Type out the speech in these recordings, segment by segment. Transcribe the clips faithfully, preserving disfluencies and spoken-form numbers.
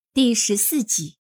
第十四集。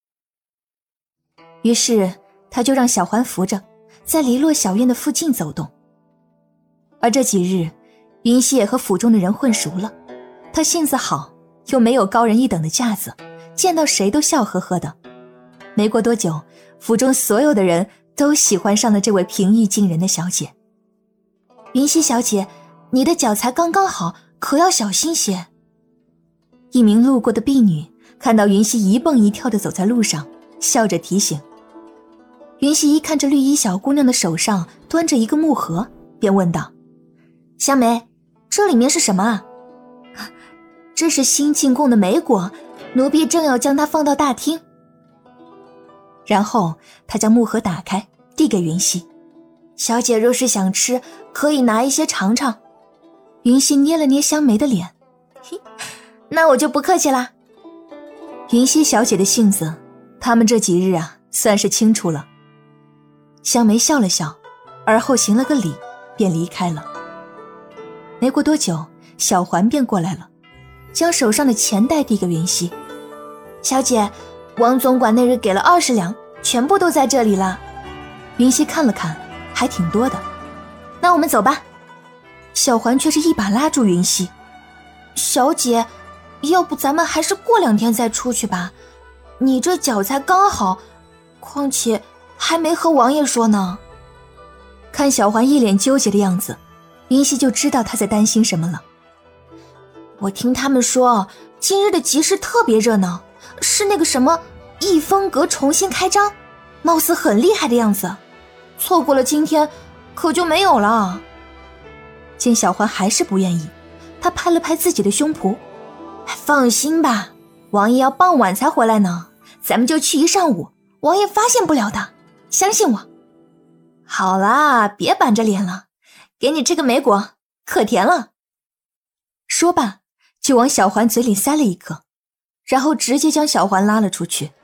于是他就让小环扶着在篱落小院的附近走动。而这几日云溪也和府中的人混熟了，他性子好，又没有高人一等的架子，见到谁都笑呵呵的。没过多久，府中所有的人都喜欢上了这位平易近人的小姐。云溪小姐，你的脚才刚刚好，可要小心些。一名路过的婢女看到云溪一蹦一跳地走在路上，笑着提醒。云溪一看这绿衣小姑娘的手上端着一个木盒，便问道：香梅，这里面是什么啊？这是新进贡的莓果，奴婢正要将它放到大厅。然后他将木盒打开，递给云溪。小姐若是想吃，可以拿一些尝尝。云溪捏了捏香梅的脸，那我就不客气啦。云溪小姐的性子，他们这几日啊，算是清楚了。香梅笑了笑，而后行了个礼，便离开了。没过多久，小环便过来了，将手上的钱袋递给云溪。小姐，王总管那日给了二十两，全部都在这里了。云溪看了看，还挺多的。那我们走吧。小环却是一把拉住云溪。小姐，要不咱们还是过两天再出去吧，你这脚才刚好，况且还没和王爷说呢。看小环一脸纠结的样子，云溪就知道她在担心什么了。我听他们说今日的集市特别热闹，是那个什么逸风阁重新开张，貌似很厉害的样子，错过了今天可就没有了。见小环还是不愿意，她拍了拍自己的胸脯，放心吧，王爷要傍晚才回来呢，咱们就去一上午，王爷发现不了的，相信我。好啦，别板着脸了，给你这个莓果，可甜了。说罢就往小环嘴里塞了一颗，然后直接将小环拉了出去。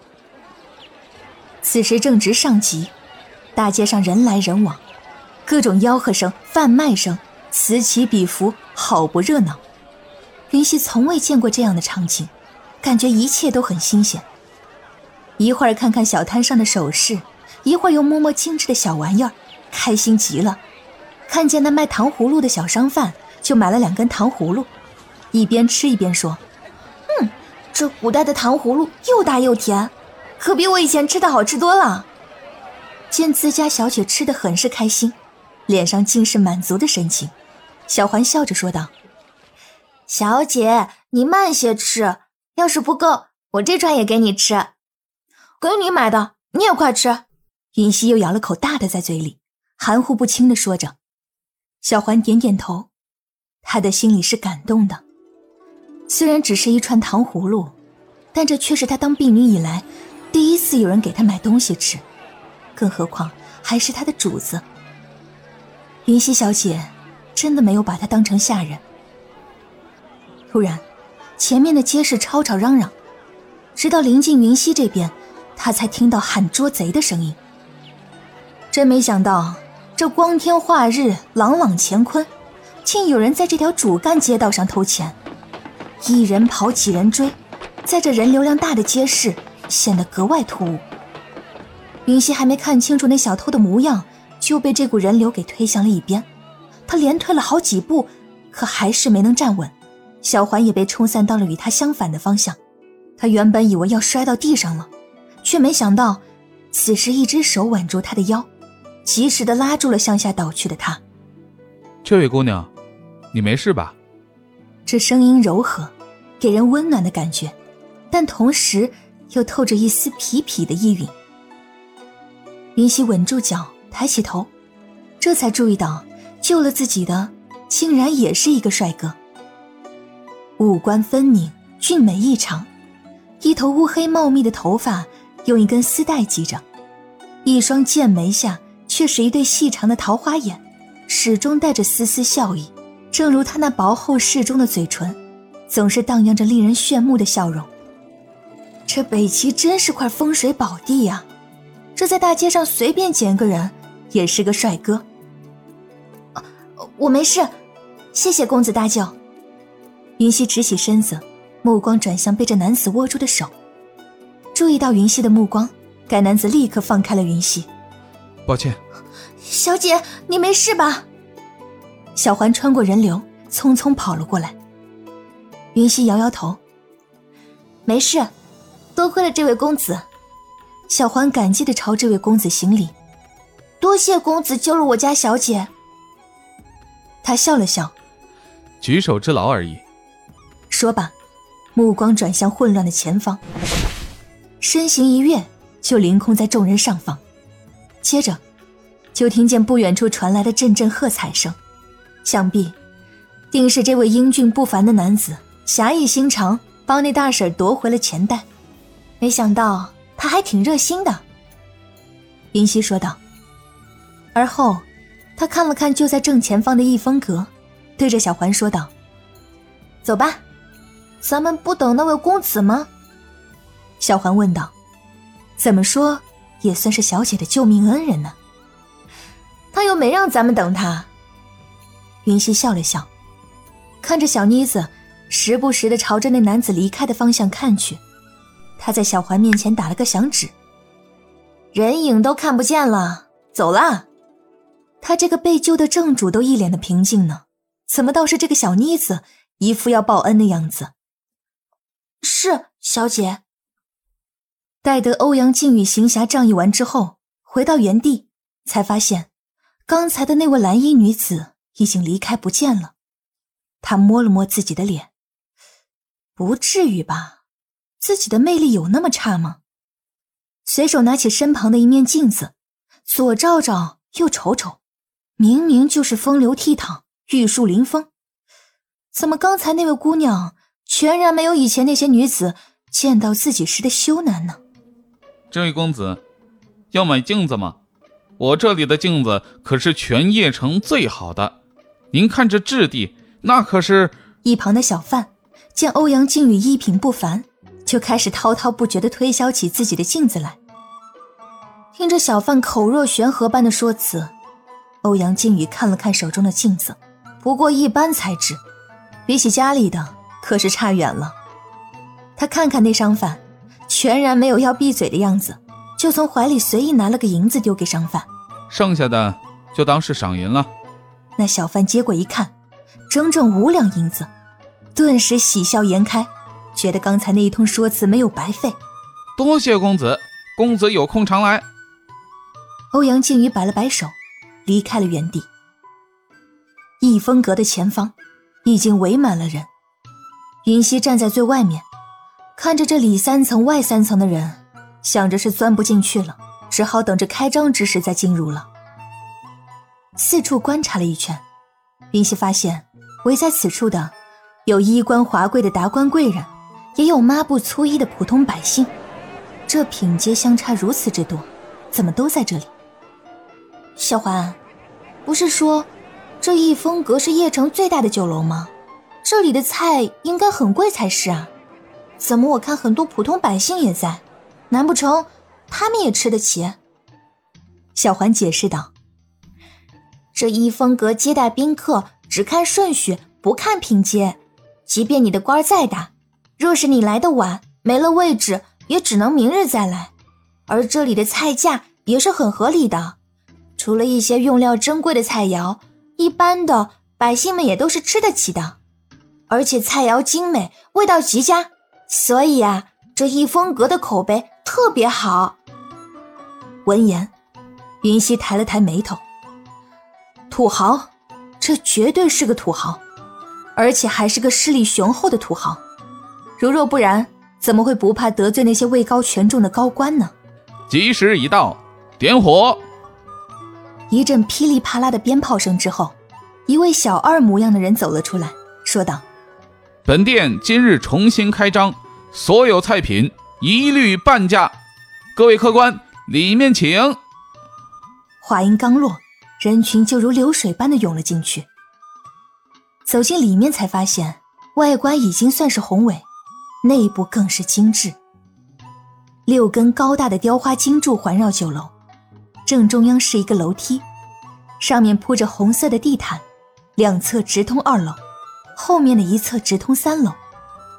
此时正值上集，大街上人来人往，各种吆喝声、贩卖声此起彼伏，好不热闹。云溪从未见过这样的场景，感觉一切都很新鲜。一会儿看看小摊上的首饰，一会儿又摸摸精致的小玩意儿，开心极了。看见那卖糖葫芦的小商贩，就买了两根糖葫芦，一边吃一边说：嗯，这古代的糖葫芦又大又甜，可比我以前吃的好吃多了。见自家小姐吃得很是开心，脸上尽是满足的神情，小环笑着说道：小姐，你慢些吃，要是不够，我这串也给你吃。给你买的，你也快吃。云溪又咬了口大的在嘴里，含糊不清地说着。小环点点头，她的心里是感动的。虽然只是一串糖葫芦，但这却是她当婢女以来第一次有人给她买东西吃，更何况还是她的主子。云溪小姐真的没有把她当成下人。突然前面的街市吵吵嚷嚷，直到临近云溪这边，她才听到喊捉贼的声音。真没想到这光天化日，朗朗乾坤，竟有人在这条主干街道上偷钱。一人跑几人追，在这人流量大的街市显得格外突兀。云溪还没看清楚那小偷的模样，就被这股人流给推向了一边。他连退了好几步，可还是没能站稳，小环也被冲散到了与他相反的方向。他原本以为要摔到地上了，却没想到此时一只手挽住他的腰，及时地拉住了向下倒去的他。 这位姑娘，你没事吧？ 这声音柔和，给人温暖的感觉，但同时又透着一丝痞痞的意蕴。云溪稳住脚，抬起头，这才注意到救了自己的竟然也是一个帅哥。五官分明，俊美异常，一头乌黑茂密的头发用一根丝带系着，一双剑眉下却是一对细长的桃花眼，始终带着丝丝笑意，正如他那薄厚适中的嘴唇，总是荡漾着令人炫目的笑容。这北齐真是块风水宝地呀、啊，这在大街上随便捡个人也是个帅哥。啊、我没事，谢谢公子搭救。云溪直起身子， 目光转向被这男子握住的手。注意到云溪的目光，该男子立刻放开了云溪。 抱歉。 小姐，你没事吧？小环穿过人流，匆匆跑了过来。云溪摇摇头，没事，多亏了这位公子。小环感激地朝这位公子行礼，多谢公子救了我家小姐。他笑了笑， 举手之劳而已。 说罢，目光转向混乱的前方，身形一跃，就凌空在众人上方。接着就听见不远处传来的阵阵喝彩声，想必定是这位英俊不凡的男子侠义心肠，帮那大婶夺回了钱袋。没想到他还挺热心的，云溪说道。而后他看了看就在正前方的逸风阁，对着小环说道，走吧，咱们不等那位公子吗？小环问道，怎么说也算是小姐的救命恩人呢。他又没让咱们等他。云溪笑了笑，看着小妮子时不时地朝着那男子离开的方向看去，他在小环面前打了个响指，人影都看不见了，走啦。他这个被救的正主都一脸的平静呢，怎么倒是这个小妮子一副要报恩的样子？是，小姐。待得欧阳靖宇行侠仗义完之后，回到原地，才发现刚才的那位蓝衣女子已经离开不见了。他摸了摸自己的脸，不至于吧？自己的魅力有那么差吗？随手拿起身旁的一面镜子，左照照右瞅瞅，明明就是风流倜傥，玉树临风，怎么刚才那位姑娘全然没有以前那些女子见到自己时的羞赧呢？ 这位公子，要买镜子吗？我这里的镜子可是全邺城最好的，您看这质地，那可是…… 一旁的小贩见欧阳靖宇衣品不凡，就开始滔滔不绝地推销起自己的镜子来。听着小贩口若悬河般的说辞，欧阳靖宇看了看手中的镜子，不过一般材质，比起家里的可是差远了。他看看那商贩，全然没有要闭嘴的样子，就从怀里随意拿了个银子丢给商贩， 剩下的就当是赏银了。 那小贩接过一看，整整五两银子，顿时喜笑颜开，觉得刚才那一通说辞没有白费。 多谢公子，公子有空常来。 欧阳靖宇摆了摆手，离开了原地。逸风阁的前方已经围满了人，云溪站在最外面，看着这里三层外三层的人，想着是钻不进去了，只好等着开张之时再进入了。四处观察了一圈，云溪发现围在此处的有衣冠华贵的达官贵人，也有抹布粗衣的普通百姓，这品阶相差如此之多，怎么都在这里？小环，不是说这逸风阁是邺城最大的酒楼吗？这里的菜应该很贵才是啊，怎么我看很多普通百姓也在，难不成他们也吃得起？小环解释道，这逸风阁接待宾客只看顺序，不看品阶，即便你的官再大，若是你来的晚，没了位置，也只能明日再来。而这里的菜价也是很合理的，除了一些用料珍贵的菜肴，一般的百姓们也都是吃得起的。而且菜肴精美，味道极佳，所以啊，这逸风阁的口碑特别好。闻言，云溪抬了抬眉头，土豪，这绝对是个土豪，而且还是个势力雄厚的土豪。如若不然，怎么会不怕得罪那些位高权重的高官呢？ 吉时已到，点火！ 一阵噼里啪啦的鞭炮声之后，一位小二模样的人走了出来，说道： 本店今日重新开张，所有菜品一律半价，各位客官里面请。 话音刚落，人群就如流水般的涌了进去。走进里面才发现，外观已经算是宏伟，内部更是精致。六根高大的雕花金柱环绕酒楼，正中央是一个楼梯，上面铺着红色的地毯，两侧直通二楼，后面的一侧直通三楼。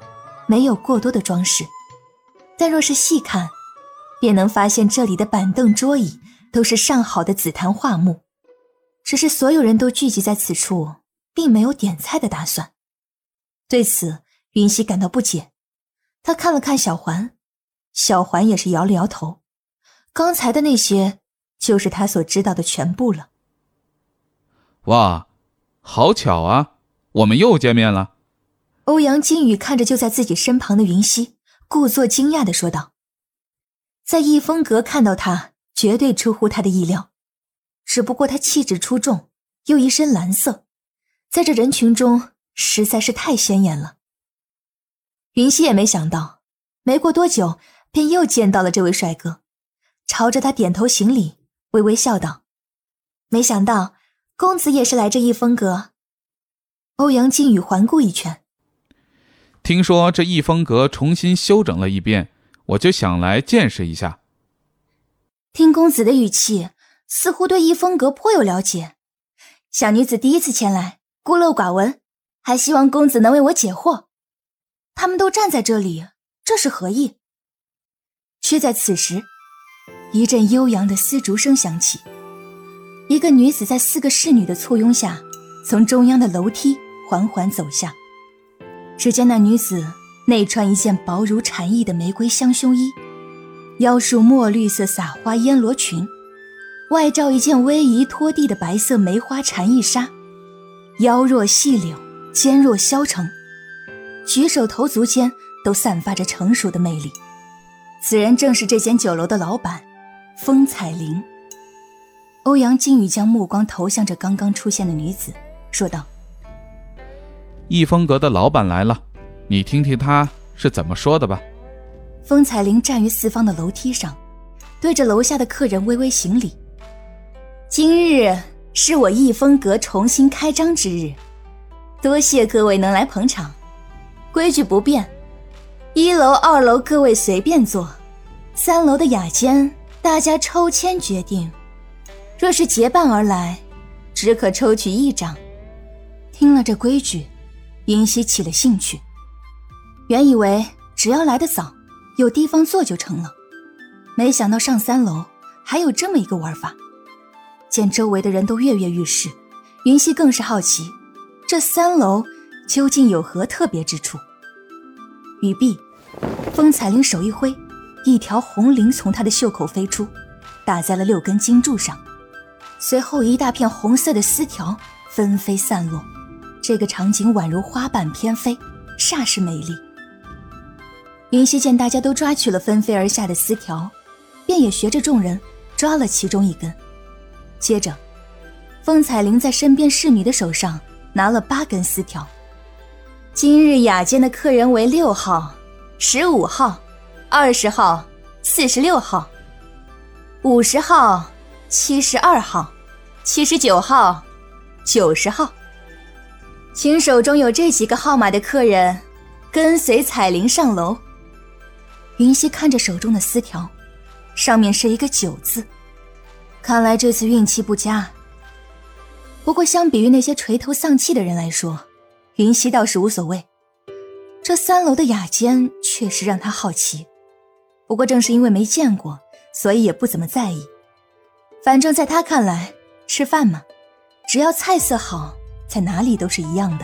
没有过多的装饰，但若是细看，便能发现这里的板凳桌椅都是上好的紫檀桦木，只是所有人都聚集在此处，并没有点菜的打算。对此，云溪感到不解，他看了看小环，小环也是摇了摇头，刚才的那些就是他所知道的全部了。 哇，好巧啊，我们又见面了。 欧阳靖宇看着就在自己身旁的云溪，故作惊讶地说道。在逸风阁看到他，绝对出乎他的意料，只不过他气质出众，又一身蓝色，在这人群中实在是太显眼了。云溪也没想到，没过多久便又见到了这位帅哥，朝着他点头行礼，微微笑道：没想到公子也是来这逸风阁。欧阳靖宇环顾一圈， 听说这逸风阁重新修整了一遍，我就想来见识一下。 听公子的语气，似乎对逸风阁颇有了解。小女子第一次前来，孤陋寡闻，还希望公子能为我解惑。他们都站在这里，这是何意？却在此时，一阵悠扬的丝竹声响起，一个女子在四个侍女的簇拥下，从中央的楼梯缓缓走下。只见那女子内穿一件薄如蝉翼的玫瑰香胸衣，腰束墨绿色撒花烟罗裙，外罩一件逶迤拖地的白色梅花蝉翼纱，腰若细柳，肩若削成，举手投足间都散发着成熟的魅力。此人正是这间酒楼的老板风采铃。欧阳靖宇将目光投向这刚刚出现的女子，说道： 逸风阁的老板来了，你听听他是怎么说的吧。 风采铃站于四方的楼梯上，对着楼下的客人微微行礼。今日是我逸风阁重新开张之日，多谢各位能来捧场。规矩不变，一楼二楼各位随便坐，三楼的雅间大家抽签决定，若是结伴而来，只可抽取一张。听了这规矩，云溪起了兴趣，原以为只要来得早，有地方坐就成了，没想到上三楼还有这么一个玩法。见周围的人都跃跃欲试，云溪更是好奇，这三楼究竟有何特别之处。语毕，风采铃手一挥，一条红绫从她的袖口飞出，打在了六根金柱上，随后一大片红色的丝条纷飞散落，这个场景宛如花瓣翩飞，煞是美丽。云溪见大家都抓取了纷飞而下的丝条，便也学着众人抓了其中一根。接着风采铃在身边侍女的手上拿了八根丝条。今日雅间的客人为六号、十五号、二十号、四十六号、五十号、七十二号、七十九号、九十号。请手中有这几个号码的客人跟随彩铃上楼。云溪看着手中的丝条，上面是一个九字，看来这次运气不佳。不过相比于那些垂头丧气的人来说，云溪倒是无所谓。这三楼的雅间确实让他好奇，不过正是因为没见过，所以也不怎么在意。反正在他看来，吃饭嘛，只要菜色好，在哪里都是一样的。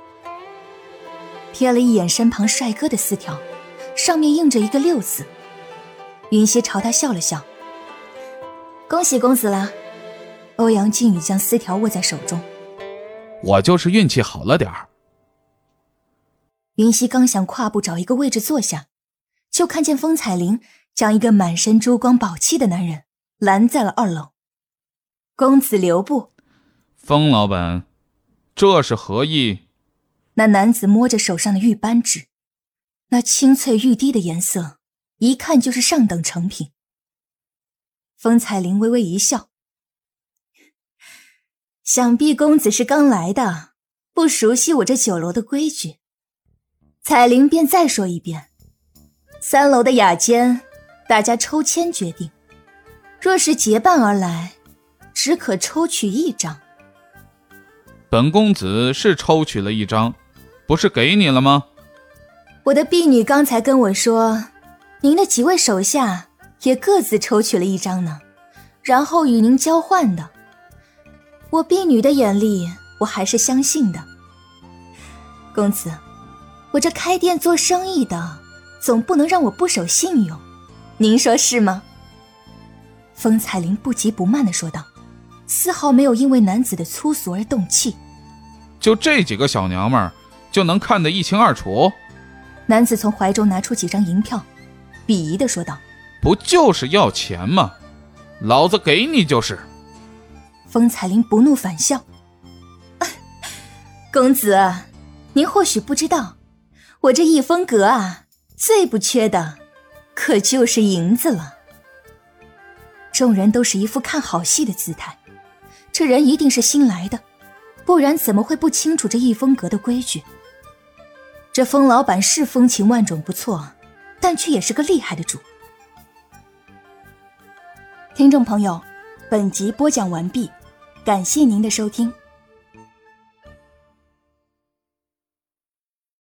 瞥了一眼身旁帅哥的丝条，上面印着一个六字。云溪朝他笑了笑：恭喜公子了。欧阳靖宇将丝条握在手中： 我就是运气好了点儿。 云溪刚想跨步找一个位置坐下，就看见风采铃将一个满身珠光宝气的男人拦在了二楼。公子留步。 风老板，这是何意？ 那男子摸着手上的玉扳指，那青翠欲滴的颜色，一看就是上等成品。风采铃微微一笑：想必公子是刚来的，不熟悉我这酒楼的规矩。彩铃便再说一遍：三楼的雅间，大家抽签决定，若是结伴而来，只可抽取一张。 本公子是抽取了一张，不是给你了吗？ 我的婢女刚才跟我说，您的几位手下也各自抽取了一张呢，然后与您交换的。我婢女的眼力，我还是相信的。公子，我这开店做生意的，总不能让我不守信用，您说是吗？风彩玲不急不慢地说道，丝毫没有因为男子的粗俗而动气。 就这几个小娘们儿，就能看得一清二楚？ 男子从怀中拿出几张银票，鄙夷地说道： 不就是要钱吗？老子给你就是。 风彩玲不怒反笑：公子，您或许不知道，我这逸风阁啊，最不缺的可就是银子了。众人都是一副看好戏的姿态，这人一定是新来的，不然怎么会不清楚这逸风阁的规矩？这风老板是风情万种不错，但却也是个厉害的主。听众朋友，本集播讲完毕，感谢您的收听。